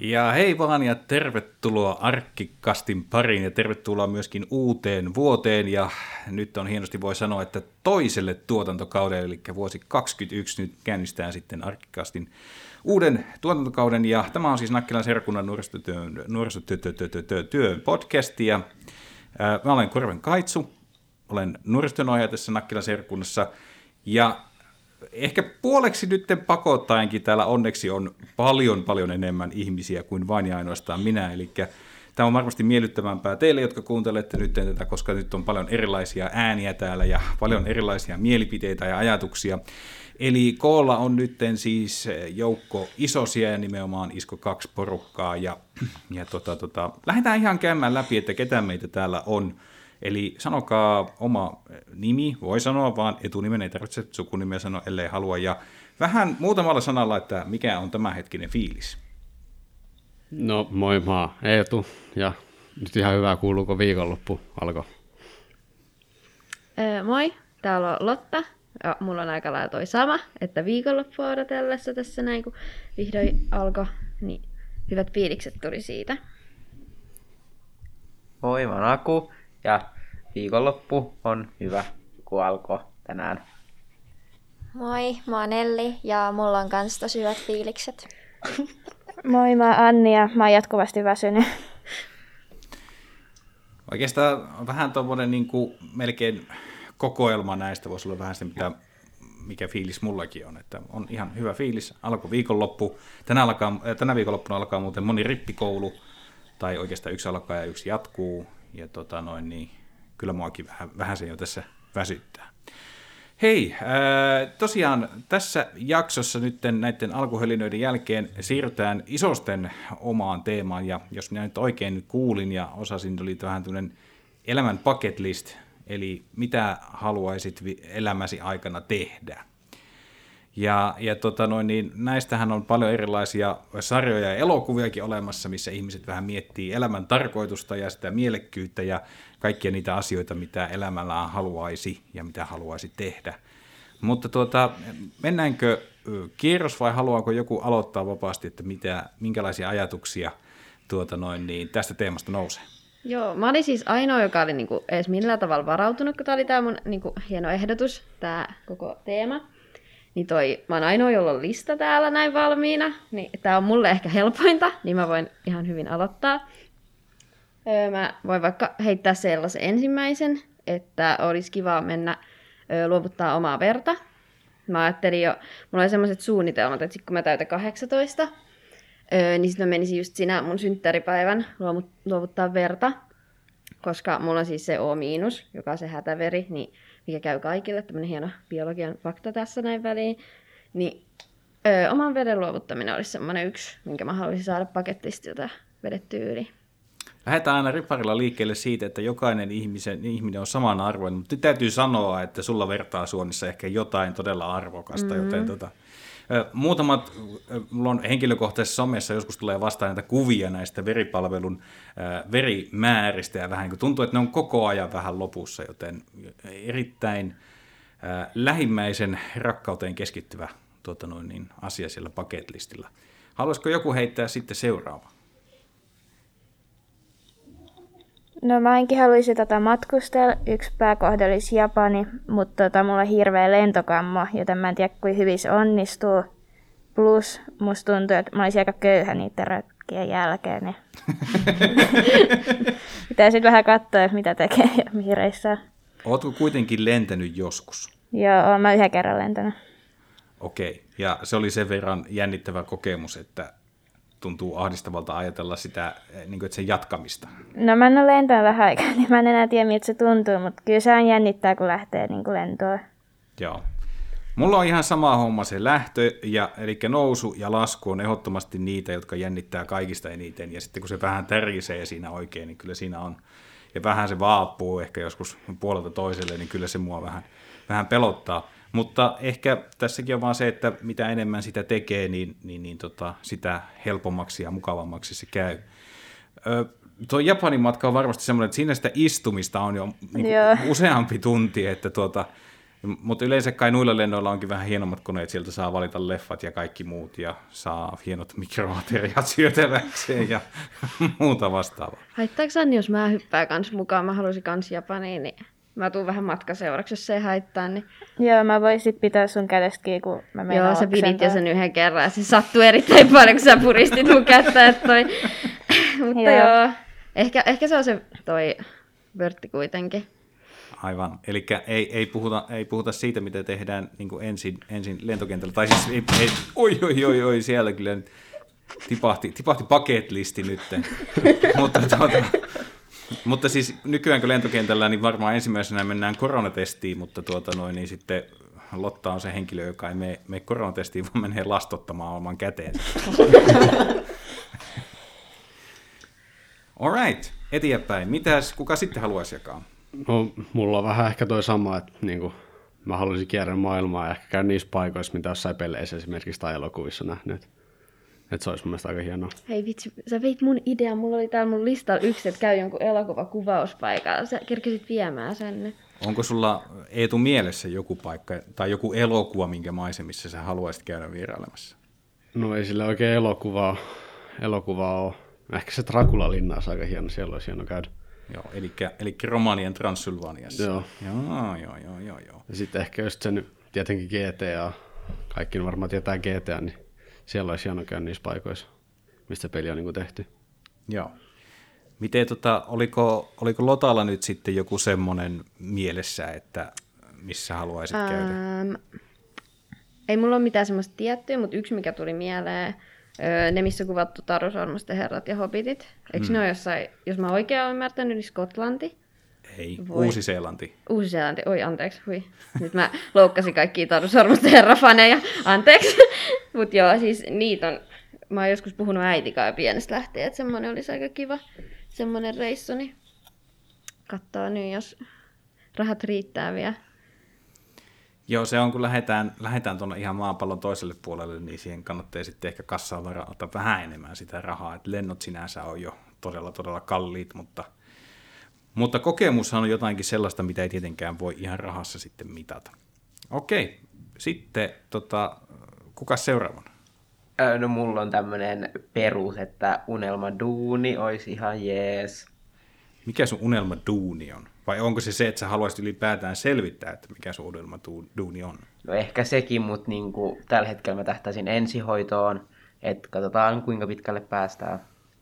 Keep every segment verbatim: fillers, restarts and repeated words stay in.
Ja hei vaan ja tervetuloa Arkkikastin pariin ja tervetuloa myöskin uuteen vuoteen ja nyt on hienosti voi sanoa, että toiselle tuotantokaudelle, eli vuosi kaksikymmentäyksi nyt käynnistää sitten Arkkikastin uuden tuotantokauden ja tämä on siis Nakkilan seurakunnan nuorisotyön, nuorisotyön podcast ja ää, mä olen Korven Kaitsu, olen nuorisotyönohjaaja tässä Nakkilan seurakunnassa ja ehkä puoleksi nyt pakottaenkin täällä onneksi on paljon paljon enemmän ihmisiä kuin vain ja ainoastaan minä, eli tämä on varmasti miellyttävämpää teille, jotka kuuntelette nyt tätä, koska nyt on paljon erilaisia ääniä täällä ja paljon erilaisia mielipiteitä ja ajatuksia. Eli koolla on nyt siis joukko isosia ja nimenomaan Isko kaksi porukkaa ja, ja tota, tota, lähdetään ihan käymään läpi, että ketä meitä täällä on. Eli sanokaa oma nimi, voi sanoa vaan etunimen, ei tarvitse sukunimeä sanoa, ellei halua. Ja vähän muutamalla sanalla, että mikä on tämänhetkinen fiilis. No moi, mä oon Eetu ja nyt ihan hyvä, kuuluuko viikonloppu alkoi? Öö, moi, täällä on Lotta. Ja mulla on aika lailla toi sama, että viikonloppua odotellessa tässä näin, kun vihdoin alkoi, niin hyvät fiilikset tuli siitä. Moi, mä oon Aku. Ja viikonloppu on hyvä, kun alkoi tänään. Moi, mä oon Elli ja mulla on kans tosi hyvät fiilikset. Moi, mä oon Anni ja mä oon jatkuvasti väsynyt. Oikeastaan vähän tuommoinen niin kuin melkein kokoelma näistä voisi olla vähän sitä, mitä, mikä fiilis mullakin on. Että on ihan hyvä fiilis. Alkoi viikonloppu. Tänä, alkaa, tänä viikonloppuna alkaa muuten moni rippikoulu, tai oikeastaan yksi alkaa ja yksi jatkuu. Ja tota noin, niin kyllä muakin vähän, vähän se jo tässä väsyttää. Hei, ää, tosiaan tässä jaksossa nyt näiden alkuhelinöiden jälkeen siirrytään isosten omaan teemaan. Ja jos minä nyt oikein nyt kuulin ja osasin, oli vähän tämmöinen elämän bucket list, eli mitä haluaisit elämäsi aikana tehdä. Ja, ja tota noin, niin näistähän on paljon erilaisia sarjoja ja elokuviakin olemassa, missä ihmiset vähän miettii elämän tarkoitusta ja sitä mielekkyyttä ja kaikkia niitä asioita, mitä elämällään haluaisi ja mitä haluaisi tehdä. Mutta tuota, mennäänkö kierros vai haluaako joku aloittaa vapaasti, että mitä, minkälaisia ajatuksia tuota noin, niin tästä teemasta nousee? Joo, mä olin siis ainoa, joka oli niinku edes millään tavalla varautunut, kun tää oli tää mun niinku hieno ehdotus, tää koko teema. Niin toi, mä oon ainoa, jolla on lista täällä näin valmiina, niin tää on mulle ehkä helpointa, niin mä voin ihan hyvin aloittaa. Öö, mä voin vaikka heittää sellaisen ensimmäisen, että olisi kiva mennä öö, luovuttaa omaa verta. Mä ajattelin jo, mulla oli sellaiset suunnitelmat, että sit kun mä täytän kahdeksantoista, öö, niin sitten mä menisin just sinä mun synttäripäivän luovuttaa verta, koska mulla on siis se O-, joka on se hätäveri, niin mikä käy kaikille, tämmöinen hieno biologian fakta tässä näin väliin, niin öö, oman veden luovuttaminen olisi semmoinen yksi, minkä mä haluaisin saada paketlistilta vedettyä yli. Lähdetään aina riparilla liikkeelle siitä, että jokainen ihmisen, ihminen on samanarvoinen, mutta täytyy sanoa, että sulla vertaa suonissa ehkä jotain todella arvokasta, mm-hmm. joten tota, muutamat, mulla on henkilökohtaisessa somessa joskus tulee vastaan näitä kuvia näistä veripalvelun äh, verimääristä ja vähän tuntuu, että ne on koko ajan vähän lopussa, joten erittäin äh, lähimmäisen rakkauteen keskittyvä tuota noin, niin, asia siellä paketlistilla. Haluaisiko joku heittää sitten seuraava? No mä enkin haluaisin tätä matkustella. Yksi pääkohde olisi Japani, mutta tota, mulla on hirveä lentokammo, joten mä en tiedä, kuinka hyvin se onnistuu. Plus musta tuntuu, että mä olisin aika köyhä niiden retkien jälkeen. Niin pitää sitten vähän katsoa, mitä tekee ja mihin reissaan. Ootko kuitenkin lentänyt joskus? Joo, oon mä yhden kerran lentänyt. Okei, ja se oli sen verran jännittävä kokemus, että tuntuu ahdistavalta ajatella sitä, niin kuin, että sen jatkamista. No mä en ole lentänyt vähän aikaa, niin mä en enää tiedä, miltä se tuntuu, mutta kyllä se on jännittää, kun lähtee niin kuin lentoon. Joo. Mulla on ihan sama homma se lähtö, ja, eli nousu ja lasku on ehdottomasti niitä, jotka jännittää kaikista eniten, ja sitten kun se vähän tärisee siinä oikein, niin kyllä siinä on, ja vähän se vaapuu ehkä joskus puolelta toiselle, niin kyllä se mua vähän, vähän pelottaa. Mutta ehkä tässäkin on vaan se, että mitä enemmän sitä tekee, niin, niin, niin tota, sitä helpommaksi ja mukavammaksi se käy. Ö, tuo Japanin matka on varmasti semmoinen, että siinä sitä istumista on jo niin kuin useampi tunti, että tuota, Mutta yleensä kai noilla lennoilla onkin vähän hienommat koneet, sieltä saa valita leffat ja kaikki muut, ja saa hienot mikroateriat syötäväkseen ja muuta vastaavaa. Haittaako Sanni, jos mä hyppään kans mukaan? Mä haluaisin kans Japaniin, niin mä tuun vähän matkaseuraksi, jos se ei haittaa. Niin... Joo, mä voisin pitää sun kädestä kiinni, kun mä menen Joo, sä pidit jo sen yhden kerran, ja se sattui erittäin paljon, kun sä puristit mun kättä. Että toi... Mutta joo, joo. Ehkä, ehkä se on se toi vörtti kuitenkin. Aivan. Eli ei, ei, puhuta, ei puhuta siitä, mitä tehdään niin kuin ensin, ensin lentokentällä. Tai siis, ei, ei, oi, oi, oi, oi, siellä kyllä nyt tipahti, tipahti bucket-listi nyt. mutta, tuota, mutta siis nykyään kun lentokentällä, niin varmaan ensimmäisenä mennään koronatestiin, mutta tuota noin, niin sitten Lotta on se henkilö, joka ei mene, mene koronatestiin, vaan menee lastottamaan oman käteen. All right, eteenpäin. Mitäs, kuka sitten haluaisi jakaa? No, mulla on vähän ehkä toi sama, että niin kuin, mä haluaisin kierrä maailmaa ja ehkä käydä niissä paikoissa, mitä jossain peleissä esimerkiksi tai elokuvissa nähnyt. Että se olisi mun mielestä aika hienoa. Hei vitsi, sä veit mun idean. Mulla oli täällä mun listalla yksi, että käy jonkun elokuvakuvauspaikalla. Sä kerkesit viemään sen nyt. Onko sulla, Eetu, mielessä joku paikka tai joku elokuva, minkä maisemissa sä haluaisit käydä vierailemassa? No ei sillä oikein elokuvaa, elokuvaa ole. Ehkä se Dracula-linna olisi aika hieno, siellä olisi hieno käydä. Joo, eli, eli Romanian Transylvaniassa. Joo. Joo, joo, joo, joo, joo. Ja sitten ehkä just sen, tietenkin G T A, kaikki varmaan tietää G T A, niin siellä olisi hieno käydä niissä paikoissa, mistä peli on niin kuin tehty. Joo. Miten, tota, oliko, oliko Lotalla nyt sitten joku semmoinen mielessä, että missä haluaisit Ähm, käydä? ei mulla ole mitään semmoista tiettyä, mutta yksi mikä tuli mieleen, öö, ne missä on kuvattu Taru Sormusten herrat ja Hobbitit. Eikö mm. ne ole jossain, jos mä oikein olen ymmärtänyt, niin Skotlanti? Ei, Voi. Uusi-Seelanti. Uusi-Seelanti, oi anteeksi, hui. Nyt mä loukkasin kaikkia Taru Sormusten herrafaneja, anteeksi. Mut joo, siis niitä on, mä oon joskus puhunut äitikaan pienestä lähtien, että semmonen olisi aika kiva, semmonen reissu, niin kattoo nyt, jos rahat riittää vielä. Joo, se on, kun lähdetään, lähdetään tuonne ihan maapallon toiselle puolelle, niin siihen kannattaa sitten ehkä kassaan varata vähän enemmän sitä rahaa. Et lennot sinänsä on jo todella, todella kalliit, mutta, mutta kokemushan on jotainkin sellaista, mitä ei tietenkään voi ihan rahassa sitten mitata. Okei, sitten tota, kuka seuraavana? No mulla on tämmönen perus, että unelmaduuni olisi ihan jees. Mikä sun unelmaduuni on? Vai onko se se, että sä haluaisit ylipäätään selvittää, että mikä sun unelmaduuni on? No ehkä sekin, mutta niinku, tällä hetkellä mä tähtäisin ensihoitoon, että katsotaan kuinka pitkälle päästään.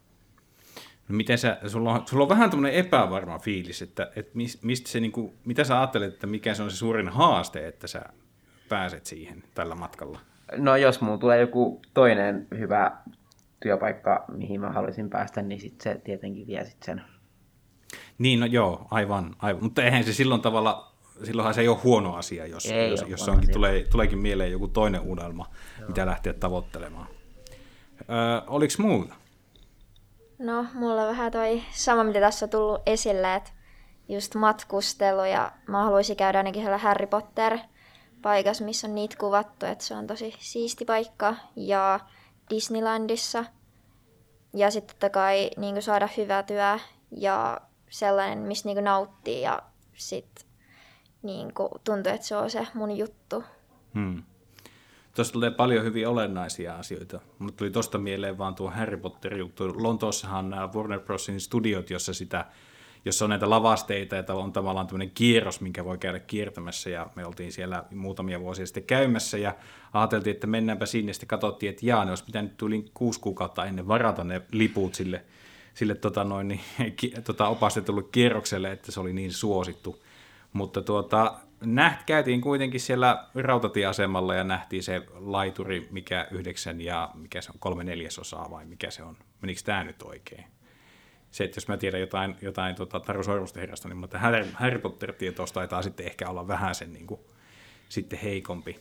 No miten sä, sulla on, sulla on vähän tämmöinen epävarma fiilis, että, että mistä se, niinku, mitä sä ajattelet, että mikä se on se suurin haaste, että sä pääset siihen tällä matkalla? No jos mulla tulee joku toinen hyvä työpaikka, mihin mä haluaisin päästä, niin sit se tietenkin vie sit sen. Niin, no joo, aivan, aivan. Mutta eihän se silloin tavalla, silloinhan se ei ole huono asia, jos, ei jos, ole jos huono onkin, asia. tulee, tuleekin mieleen joku toinen unelma, joo, mitä lähteä tavoittelemaan. Ö, oliko muuta? No, mulla on vähän toi sama, mitä tässä on tullut esille, että just matkustelu ja mä haluaisin käydä ainakin siellä Harry Potter-paikassa, missä on niitä kuvattu, että se on tosi siisti paikka, ja Disneylandissa. Ja sitten totta kai niin saada hyvää työ ja sellainen, missä niin nauttii ja sitten niin tuntuu, että se on se mun juttu. Hmm. Tuosta tulee paljon hyvin olennaisia asioita. Mulle tuli tuosta mieleen vaan tuo Harry Potter-juttu. Lontoossahan nämä Warner Brosin studiot, jossa, sitä, jossa on näitä lavasteita, ja on tavallaan tämmöinen kierros, minkä voi käydä kiertämässä, ja me oltiin siellä muutamia vuosia sitten käymässä, ja ajateltiin, että mennäänpä sinne, sitten katsottiin, että jaa, ne olisi pitänyt tuli kuusi kuukautta ennen varata ne liput sille, sille tota noin, niin, ki, tota opastetulle kierrokselle, että se oli niin suosittu. Mutta tuota, näht, käytiin kuitenkin siellä rautatieasemalla ja nähtiin se laituri, mikä yhdeksän ja mikä se on, kolme neljäsosaa vai mikä se on. Menikö tämä nyt oikein? Se, että jos mä tiedän jotain, jotain tota, Taru Sormusten herrasta, niin mutta Harry, Harry Potter-tietoosta taitaa sitten ehkä olla vähän sen niin kuin, sitten heikompi.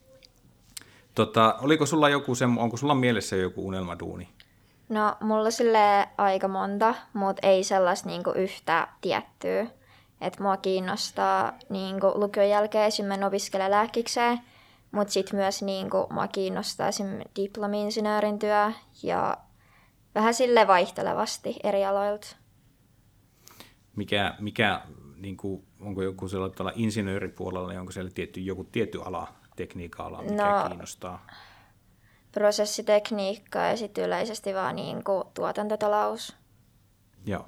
Tota, oliko sulla joku, se, onko sulla mielessä joku unelmaduuni? No, mulla silleen aika monta, mutta ei sellaista niinku yhtä tiettyä. Että mua kiinnostaa niinku lukion jälkeen esimerkiksi opiskella lääkikseen, mutta sitten myös niinku mua kiinnostaa esimerkiksi diplomi-insinöörin työ ja vähän sille vaihtelevasti eri aloilta. Mikä, mikä niin kuin onko joku sellaisella insinööripuolella, niin onko siellä tietty, joku tietty ala, tekniikka-ala, mikä No, kiinnostaa? Prosessitekniikka ja sitten yleisesti vaan niin kuin tuotantotalous. Joo.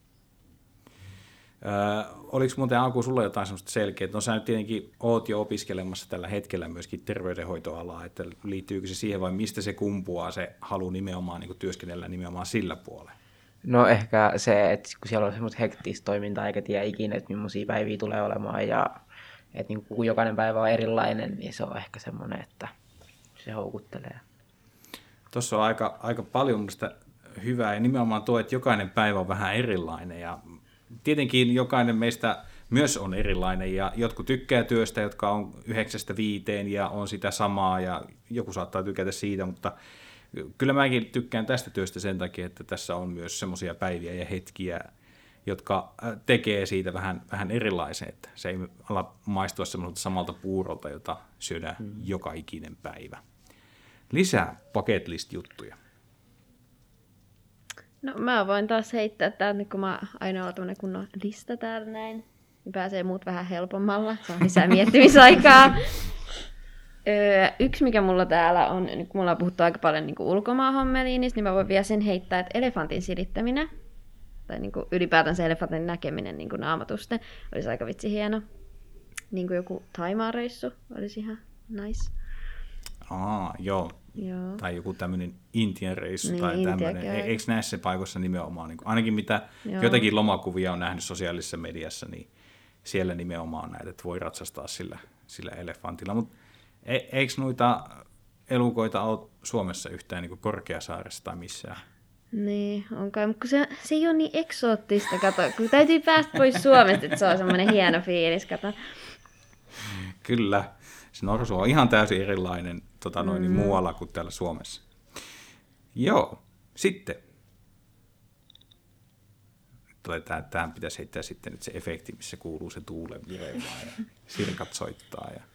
Öö, oliko muuten alkuun sulla jotain sellaista selkeää, no sä nyt tietenkin oot jo opiskelemassa tällä hetkellä myöskin terveydenhoitoalaa, että liittyykö se siihen vai mistä se kumpuaa se halu nimenomaan niin kuin työskennellä nimenomaan sillä puolella? No ehkä se, että kun siellä on semmoista hektistä toimintaa eikä tiedä ikinä, että millaisia päiviä tulee olemaan ja että niin kun jokainen päivä on erilainen, niin se on ehkä semmoinen, että se houkuttelee. Tuossa on aika, aika paljon mielestä hyvää ja nimenomaan tuo, että jokainen päivä on vähän erilainen ja tietenkin jokainen meistä myös on erilainen ja jotkut tykkää työstä, jotka on yhdeksästä viiteen ja on sitä samaa ja joku saattaa tykätä siitä, mutta kyllä mäkin tykkään tästä työstä sen takia, että tässä on myös semmoisia päiviä ja hetkiä, jotka tekee siitä vähän, vähän erilaisen, että se ei ala maistua semmoiselta samalta puurolta, jota syödään hmm. joka ikinen päivä. Lisää bucket list juttuja. No mä voin taas heittää täältä, nyt kun mä aina olen tämmöinen kunnon lista täällä näin, niin pääsee muut vähän helpommalla, saa lisää miettimisaikaa. Öö, yksi, mikä mulla täällä on, nyt kun mulla on puhuttu aika paljon niin ulkomaanhommeliinista, niin mä voin vielä sen heittää, että elefantin silittäminen, tai niin kuin ylipäätään se elefantin näkeminen niin kuin naamatusten, olisi aika vitsi hieno. Niin kuin joku Thaimaan reissu olisi ihan nice. Aa, joo. Joo. Tai joku tämmöinen Intian reissu Niin, tai tämmöinen. Intiakin. E- eikö näissä paikoissa nimenomaan, niin kuin, ainakin mitä Joo. jotakin lomakuvia on nähnyt sosiaalisessa mediassa, niin siellä nimenomaan on näitä, että voi ratsastaa sillä, sillä elefantilla. Mutta e- eikö noita elukoita ole Suomessa yhtään niin kuin Korkeasaaressa tai missään? Niin, on kai, mutta se, se ei ole niin eksoottista, kato, kun täytyy päästä pois Suomesta, että se on semmoinen hieno fiilis, kato. Kyllä, se norsu on ihan täysin erilainen tota noin, mm. muualla kuin täällä Suomessa. Joo, sitten. Tähän pitäisi heittää sitten nyt se efekti, missä kuuluu se tuulen virevaa ja sirkat soittaa. Ja...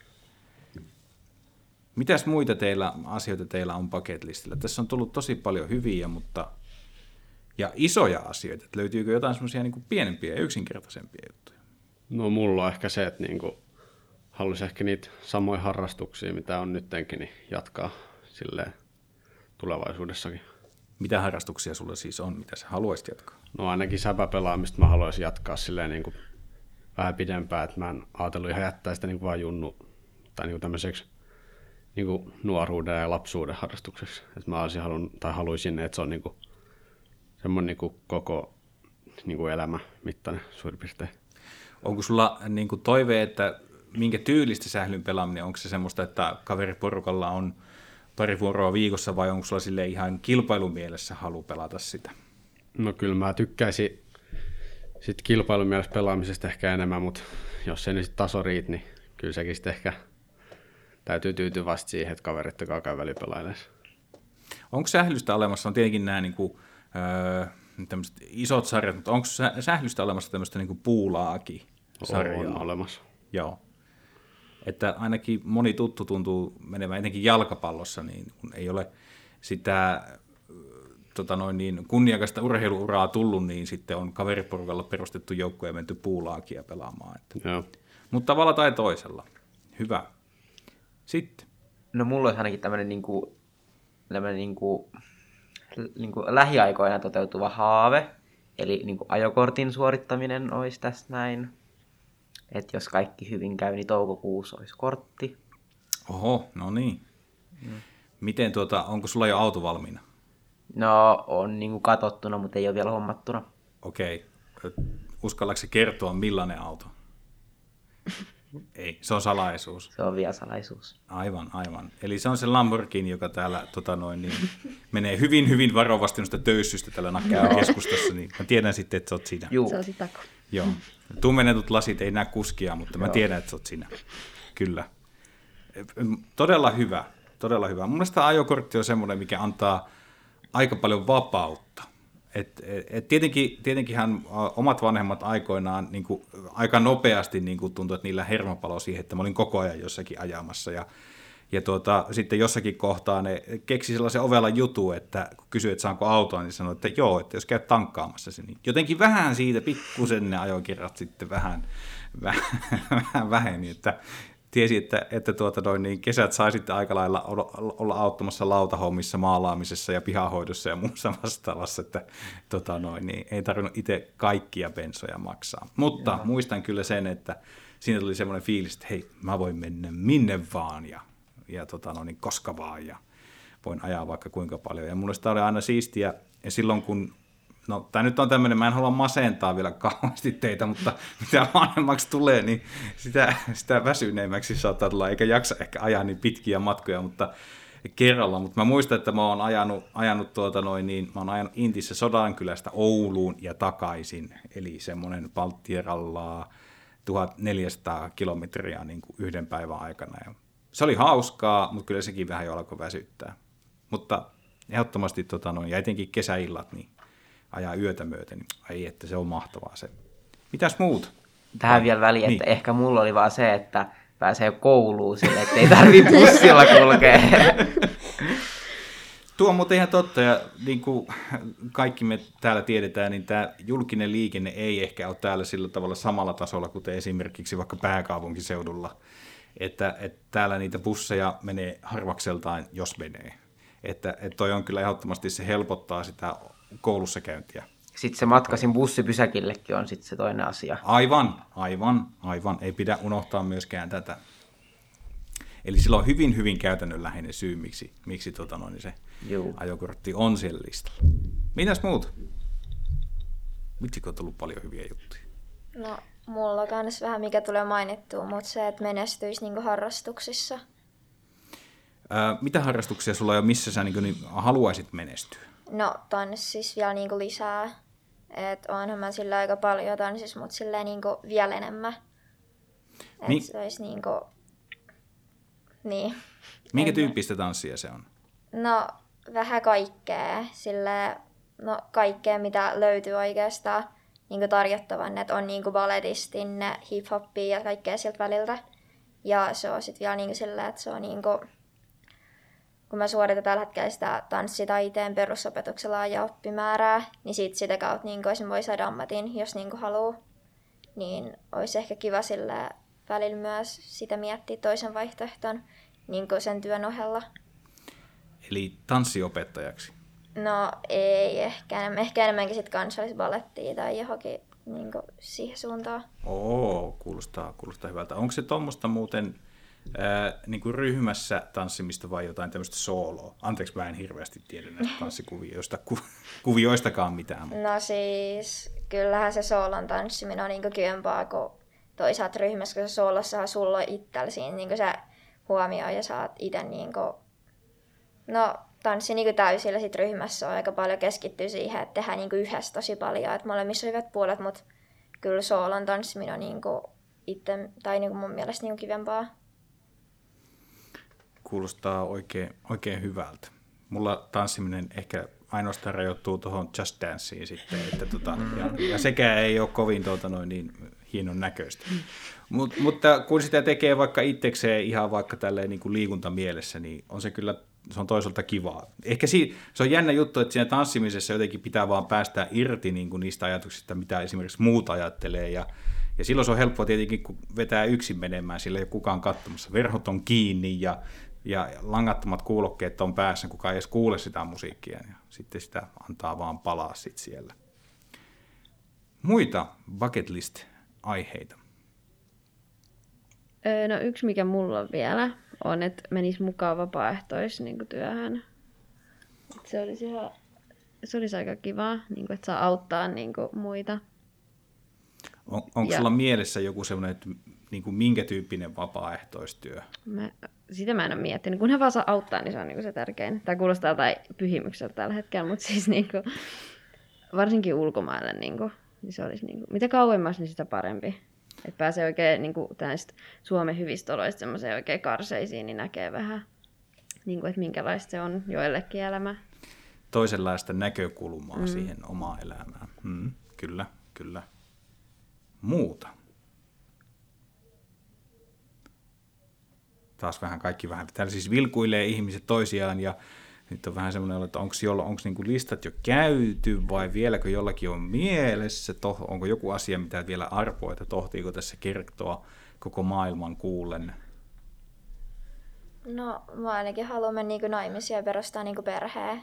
Mitäs muita teillä, asioita teillä on bucket listillä? Tässä on tullut tosi paljon hyviä, mutta ja isoja asioita. Että löytyykö jotain semmoisia niin kuin pienempiä ja yksinkertaisempia juttuja? No mulla on ehkä se, että niinku haluaisin ehkä niitä samoja harrastuksia, mitä on nyttenkin, niin jatkaa silleen tulevaisuudessakin. Mitä harrastuksia sulla siis on, mitä sä haluaisit jatkaa? No ainakin säpäpelaamista mä haluaisin jatkaa silleen niin kuin vähän pidempään, että mä en ajatellut ihan jättää sitä niin kuin vaan junnu tai niin kuin tämmöiseksi niin kuin nuoruuden ja lapsuuden harrastukseksi. Että mä olisin halun, tai haluaisin, että se on niin kuin semmoinen niin kuin koko niin kuin elämä mittainen suurin piirtein. Onko sulla niin kuin toive, että minkä tyylistä sählyn pelaaminen, onko se semmoista, että kaveriporukalla on pari vuoroa viikossa vai onko sulla sille ihan kilpailumielessä halu pelata sitä? No kyllä mä tykkäisin sit kilpailumielessä pelaamisesta ehkä enemmän, mutta jos ei nyt taso riit, niin kyllä sekin sitten ehkä täytyy tyytyä vasta siihen, että kaverit käy välipelailemaan. Onko sählystä olemassa, on tietenkin nämä niin kuin, öö, tämmöiset isot sarjat, mutta onko sählystä olemassa tämmöistä niin kuin puulaakin-sarjaa? On olemassa. Joo. Että ainakin moni tuttu tuntuu menevän etenkin jalkapallossa, niin kun ei ole sitä tota noin, niin kunniakasta urheiluuraa tullut, niin sitten on kaveriporukalla perustettu joukko ja menty puulaakia pelaamaan. Että. Joo. Mutta tavalla tai toisella. Hyvä. Sitten. No mulla olisi ainakin tämmöinen niinku, tämmöinen niinku, niinku lähiaikoina toteutuva haave, eli niinku ajokortin suorittaminen olisi tässä näin. Että jos kaikki hyvin käy, niin toukokuussa olisi kortti. Oho, no niin. Mm. Miten tuota, onko sulla jo auto valmiina? No, on niinku katsottuna, mutta ei ole vielä hommattuna. Okei. Uskallatko kertoa, millainen auto? Ei, se on salaisuus. Se on vielä salaisuus. Aivan, aivan. Eli se on se Lamborghini, joka täällä tota noin, niin, menee hyvin, hyvin varovasti noista töyssystä tällä nakkaa keskustassa. Niin mä tiedän sitten, että sä oot siinä. Juu. Se on sitä. Joo. Tummennetut lasit ei näe kuskia, mutta mä Joo. tiedän, että sä oot siinä. Kyllä. Todella hyvä. Todella hyvä. Mun mielestä ajokortti on semmoinen, mikä antaa aika paljon vapautta. Et, et, et tietenkin, tietenkinhän omat vanhemmat aikoinaan niin kuin, aika nopeasti niin kuin tuntui, että niillä hermopalo siihen, että mä olin koko ajan jossakin ajamassa. Ja, Ja tuota, sitten jossakin kohtaa ne keksi sellaisen ovelan jutun, että kun kysyi, että saanko autoa, niin sanoi, että joo, että jos käyt tankkaamassa sen, niin jotenkin vähän siitä pikkusen ne ajokirjat sitten vähän, vähän, vähän väheni, että tiesi, että, että tuota noin, niin kesät sai sitten aika lailla olla auttamassa lautahommissa, maalaamisessa ja pihahoidossa ja muussa vastaavassa, että tota noin, niin ei tarvinnut itse kaikkia bensoja maksaa. Mutta Joo. muistan kyllä sen, että siinä tuli semmoinen fiilis, että hei, mä voin mennä minne vaan ja, ja tota noin, niin koska vaan ja voin ajaa vaikka kuinka paljon. Ja mulle sitä oli aina siistiä ja silloin kun no, tämä nyt on tämmöinen, mä en halua masentaa vielä kauheasti teitä, mutta mitä vanhemmaksi tulee, niin sitä, sitä väsyneemmäksi saattaa tulla, eikä jaksa ehkä ajaa niin pitkiä matkoja, mutta kerralla. Mutta mä muistan, että mä oon ajanut, ajanut, tuota noin, niin, mä oon ajanut Intissä Sodankylästä Ouluun ja takaisin, eli semmoinen palttierallaa tuhatneljäsataa kilometriä niin kuin yhden päivän aikana. Ja se oli hauskaa, mutta kyllä sekin vähän jo alkoi väsyttää. Mutta ehdottomasti, tota noin, ja etenkin kesäillat, niin ajaa yötä myöten, niin ei, että se on mahtavaa se. Mitäs muut? Tähän vielä väliin, että niin. ehkä mulla oli vaan se, että pääsee kouluun sille, että ei tarvitse bussilla kulkea. Tuo on muuten ihan totta, ja niin kuin kaikki me täällä tiedetään, niin tämä julkinen liikenne ei ehkä ole täällä sillä tavalla samalla tasolla, kuten esimerkiksi vaikka pääkaupunkiseudulla, että, että täällä niitä busseja menee harvakseltaan, jos menee. Että, että toi on kyllä ehdottomasti, se helpottaa sitä koulussa käyntiä. Sitten se matkasin bussipysäkillekin on sitten se toinen asia. Aivan, aivan, aivan. Ei pidä unohtaa myöskään tätä. Eli sillä on hyvin, hyvin käytännönläheinen syy, miksi, miksi tota noin, se Juu. ajokortti on siellä listalla. Mitäs muut? Vitsikö on tullut paljon hyviä juttuja? No, mulla on myös vähän mikä tulee mainittua, mutta se, että menestyisi niinku harrastuksissa. Ää, mitä harrastuksia sulla on ja missä sä niin, niin, haluaisit menestyä? No, tanssissa vielä niinku lisää. Et onhan mä sillä aika paljon tanssissa, mutta silleen niinku vielä enemmän. Et Mi- se olisi niinku... Niin. Minkä tyyppistä tanssia se on? No, vähän kaikkea. Silleen, no kaikkea, mitä löytyy oikeastaan niinku tarjottavan. Et on niinku balletistin, hip-hoppia ja kaikkea siltä väliltä. Ja se on sitten vielä niinku silleen, että se on niinku... Kun mä suoritan tällä hetkellä sitä tanssitaiteen perusopetuksella ja oppimäärää, niin sit sitä kautta niin voi saada ammatin, jos niin haluaa. Niin olisi ehkä kiva sillä välillä myös sitä miettiä toisen vaihtoehton niin sen työn ohella. Eli tanssiopettajaksi? No ei, ehkä, enemmän, ehkä enemmänkin sit kansallisballettia tai johonkin niin siihen suuntaan. Oo, kuulostaa, kuulostaa hyvältä. Onko se tuommoista muuten... Ää, niin kuin ryhmässä tanssimista vai jotain tämmöistä sooloa? Anteeksi, mä en hirveästi tiedä näistä tanssikuvioista, ku, kuvioistakaan mitään. Mutta... No siis, kyllähän se soolon tanssiminen on niinku kivempaa kuin toisaalta ryhmässä, kun se soolossahan sulla on itsellä siinä niinku se huomioi ja saat itse niinku... No, tanssi niinku täysillä sit ryhmässä on aika paljon keskittyy siihen, että tehdään niinku yhdessä tosi paljon, että molemmissa on hyvät puolet, mutta kyllä soolon tanssiminen on niinku itse, tai niinku mun mielestä niinku kivempaa. Kuulostaa oikein, oikein hyvältä. Mulla tanssiminen ehkä ainoastaan rajoittuu tuohon Just Danceen sitten, että tota, ja, ja sekään ei ole kovin tuota noin niin hienon näköistä. Mut, mutta kun sitä tekee vaikka itsekseen ihan vaikka tälleen niin kuin liikuntamielessä, niin on se kyllä, se on toisaalta kivaa. Ehkä si, se on jännä juttu, että siinä tanssimisessa jotenkin pitää vaan päästä irti niin kuin niistä ajatuksista, mitä esimerkiksi muut ajattelee, ja Ja silloin se on helppoa tietenkin, kun vetää yksin menemään, sillä ei ole kukaan katsomassa. Verhot on kiinni ja, ja langattomat kuulokkeet on päässä, kukaan ei edes kuule sitä musiikkia. Ja sitten sitä antaa vaan palaa sit siellä. Muita bucket list-aiheita? No yksi, mikä mulla on vielä, on, että menisi mukaan vapaaehtoistyöhön. Se olisi, ihan, se olisi aika kivaa, että saa auttaa muita. On, onko ja, sulla mielessä joku semmoinen, että niin kuin minkä tyyppinen vapaaehtoistyö? Mä, sitä mä en ole miettinyt. Kun he vaan saa auttaa, niin se on niin kuin se tärkein. Tämä kuulostaa jotain pyhimykseltä tällä hetkellä, mutta siis niin kuin, varsinkin ulkomaille, niin kuin, niin se olisi, niin kuin, mitä kauemmas, niin sitä parempi. Että pääsee oikein niin kuin, Suomen hyvistä oloista semmoiseen oikein karseisiin, niin näkee vähän, niin kuin, että minkälaista se on joillekin elämä. Toisenlaista näkökulmaa mm. siihen omaan elämään. Mm, kyllä, kyllä. Muuta. taas vähän kaikki vähän, täällä siis vilkuilee ihmiset toisiaan ja nyt on vähän semmoinen, että onko onko niinku listat jo käyty vai vieläkö jollakin on mielessä, toh, onko joku asia, mitä vielä arpoo, että tohtiiko tässä kertoa koko maailman kuullen? No, mä ainakin haluan mennä niinku naimisiin ja perustaa niinku perheen.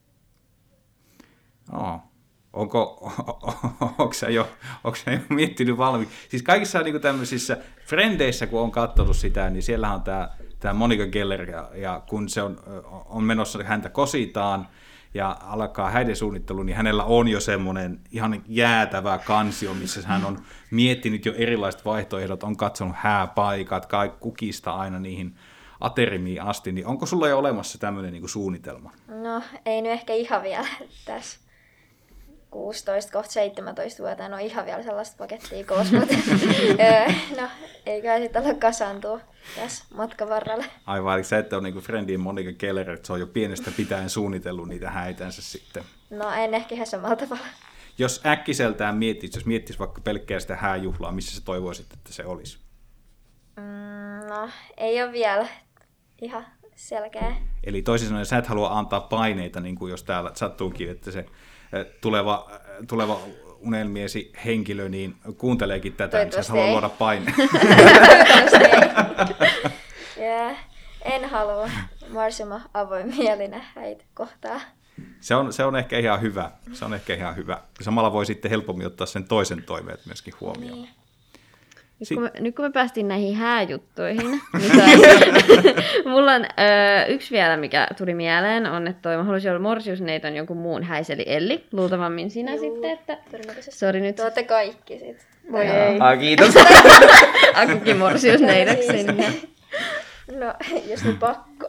Oh. Onko, onko sä jo, onko sä jo miettinyt valmiiksi? Siis kaikissa niin kuin tämmöisissä frendeissä, kun on katsonut sitä, niin siellä on tämä, tämä Monica Geller, ja, ja kun se on, on menossa, häntä kositaan ja alkaa häiden suunnittelu, niin hänellä on jo semmoinen ihan jäätävä kansio, missä hän on miettinyt jo erilaiset vaihtoehdot, on katsonut hääpaikat, kukista aina niihin aterimiin asti, niin onko sulla jo olemassa tämmöinen niin kuin suunnitelma? No, ei nyt ehkä ihan vielä tässä kuusitoista kohta seitsemäntoista-vuotiaana on ihan vielä sellaista pakettia koos, mutta no, eiköhän sitten olla kasaantua tässä matkan varrella. Aivan, eli sä ette ole niin kuin friendin Monica Geller, että se on jo pienestä pitäen suunnitellut niitä häitänsä sitten. No, en ehkä ihan samalla tavalla. Jos äkkiseltään miettis, jos miettis vaikka pelkkää sitä hääjuhlaa, missä sä toivoisit, että se olisi? Mm, no, ei ole vielä ihan selkeä. Eli toisin sanoen, sä et halua antaa paineita, niin kuin jos täällä sattuukin, että se tuleva, tuleva unelmiesi henkilö niin kuunteleekin tätä, niin sä et halua luoda paineita. Toivottavasti ei. Yeah, en halua mahdollisimman avoimielinen häitä kohtaa. Se on, se on ehkä ihan hyvä. Se on ehkä ihan hyvä. Samalla voi sitten helpommin ottaa sen toisen toimeet myöskin huomioon. Niin. Nyt kun, me, nyt kun me päästiin näihin hääjuttuihin, niin toi, mulla on ö, yksi vielä, mikä tuli mieleen, on, että toi, mä haluaisin olla morsiusneiton jonkun muun häiseli Elli, luultavammin sinä Juu, sitten, että todennäköisesti. sori nyt. Te olette kaikki sit. Voi ei. Ah, kiitos. Akukin morsiusneidoksi sinne. No, jos nyt pakko.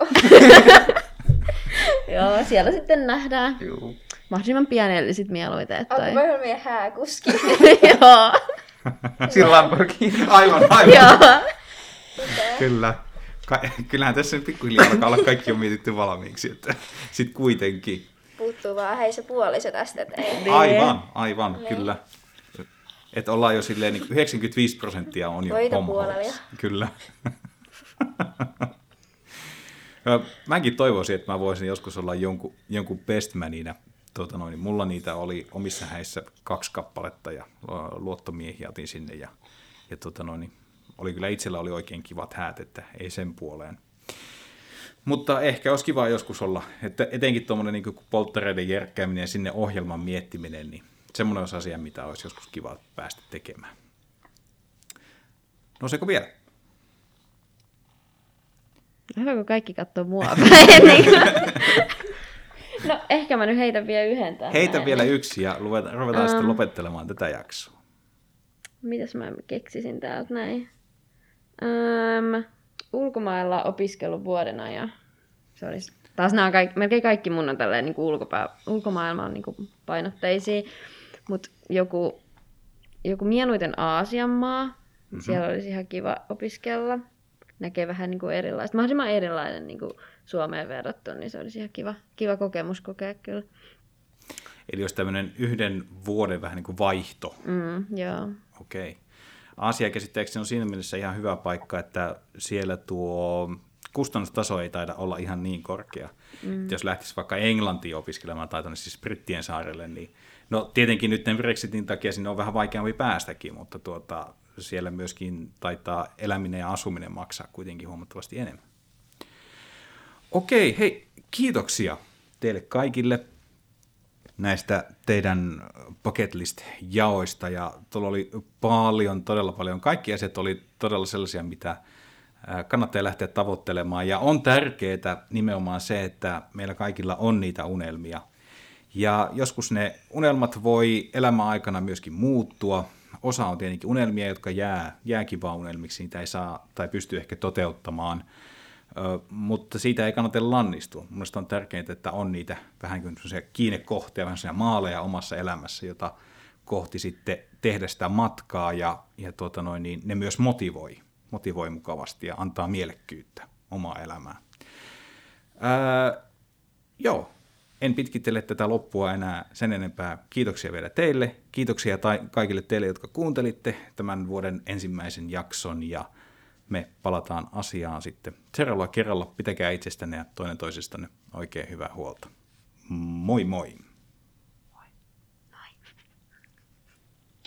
Joo, siellä sitten nähdään. Juu. Mahdollisimman pian Elli sit mieluiten. Että Onko toi... mä meidän hääkuski? Joo. Sillä Lamborghini. Aivan, aivan. Joo. Kyllä. Ka- kyllähän tässä nyt pikkuhiljaa alkaa olla kaikki on mietitty valmiiksi, että sitten kuitenkin. Puuttuu vaan hei se puoliso tästä, että ei. Aivan, aivan, kyllä. Että ollaan jo silleen, niin yhdeksänkymmentäviisi prosenttia on jo Voita homma puolella. hommassa. Kyllä. Mäkin toivoisin, että mä voisin joskus olla jonkun, jonkun bestmanina. Tuota noin, mulla niitä oli omissa häissä kaksi kappaletta ja luottomiehiä otin sinne. Ja, ja tuota noin, oli kyllä itsellä oli oikein kivat häät, että ei sen puoleen. Mutta ehkä olisi kiva joskus olla, että etenkin tuommoinen niin polttareiden järkkääminen ja sinne ohjelman miettiminen, niin semmoinen olisi asia, mitä olisi joskus kiva päästä tekemään. No seko vielä? Hyvä, kun kaikki katsoo mua päin. No ehkä mä nyt heitän vielä yhden tänne. Heitä vielä yksi ja ruvetaan um, sitten lopettelemaan tätä jaksoa. Mitäs mä keksisin täältä näin? Um, ulkomailla opiskellut vuoden ajan. Se olisi, taas nämä kaikki, melkein kaikki mun on tälleen niin ulkopää, ulkomaailman niin painotteisia. Mutta joku, joku mieluiten Aasian maa, mm-hmm. siellä olisi ihan kiva opiskella. Näkee vähän niin kuin erilaista, mahdollisimman erilainen niin kuin Suomeen verrattuna, niin se olisi ihan kiva, kiva kokemus kokea kyllä. Eli jos tämmöinen yhden vuoden vähän niin kuin vaihto. Mm, joo. Okei. Okay. Aasia käsittääkseni on siinä mielessä ihan hyvä paikka, että siellä tuo kustannustaso ei taida olla ihan niin korkea. Mm. Jos lähtisi vaikka Englantiin opiskelemaan tai tuonne siis Brittien saarelle, niin no tietenkin nyt Brexitin takia sinne on vähän vaikeampi päästäkin, mutta tuota, siellä myöskin taitaa eläminen ja asuminen maksaa kuitenkin huomattavasti enemmän. Okei, hei, kiitoksia teille kaikille näistä teidän bucket list-jaoista, ja tuolla oli paljon, todella paljon. Kaikki asiat oli todella sellaisia, mitä kannattaa lähteä tavoittelemaan, ja on tärkeää nimenomaan se, että meillä kaikilla on niitä unelmia, ja joskus ne unelmat voi elämän aikana myöskin muuttua. Osa on tietenkin unelmia, jotka jää, jääkin vaan unelmiksi, niitä ei saa tai pysty ehkä toteuttamaan, Ö, mutta siitä ei kannata lannistua. Mielestäni on tärkeintä, että on niitä vähän kuin kiinnekohtia, vähän sellaisia maaleja omassa elämässä, jota kohti sitten tehdä sitä matkaa, ja, ja tuota noin, niin ne myös motivoi, motivoi mukavasti ja antaa mielekkyyttä omaa elämään. Öö, joo. En pitkittele tätä loppua enää sen enempää. Kiitoksia vielä teille. Kiitoksia ta- kaikille teille, jotka kuuntelitte tämän vuoden ensimmäisen jakson. Ja me palataan asiaan sitten seuraavalla kerralla. Pitäkää itsestänne ja toinen toisistanne oikein hyvää huolta. Moi moi!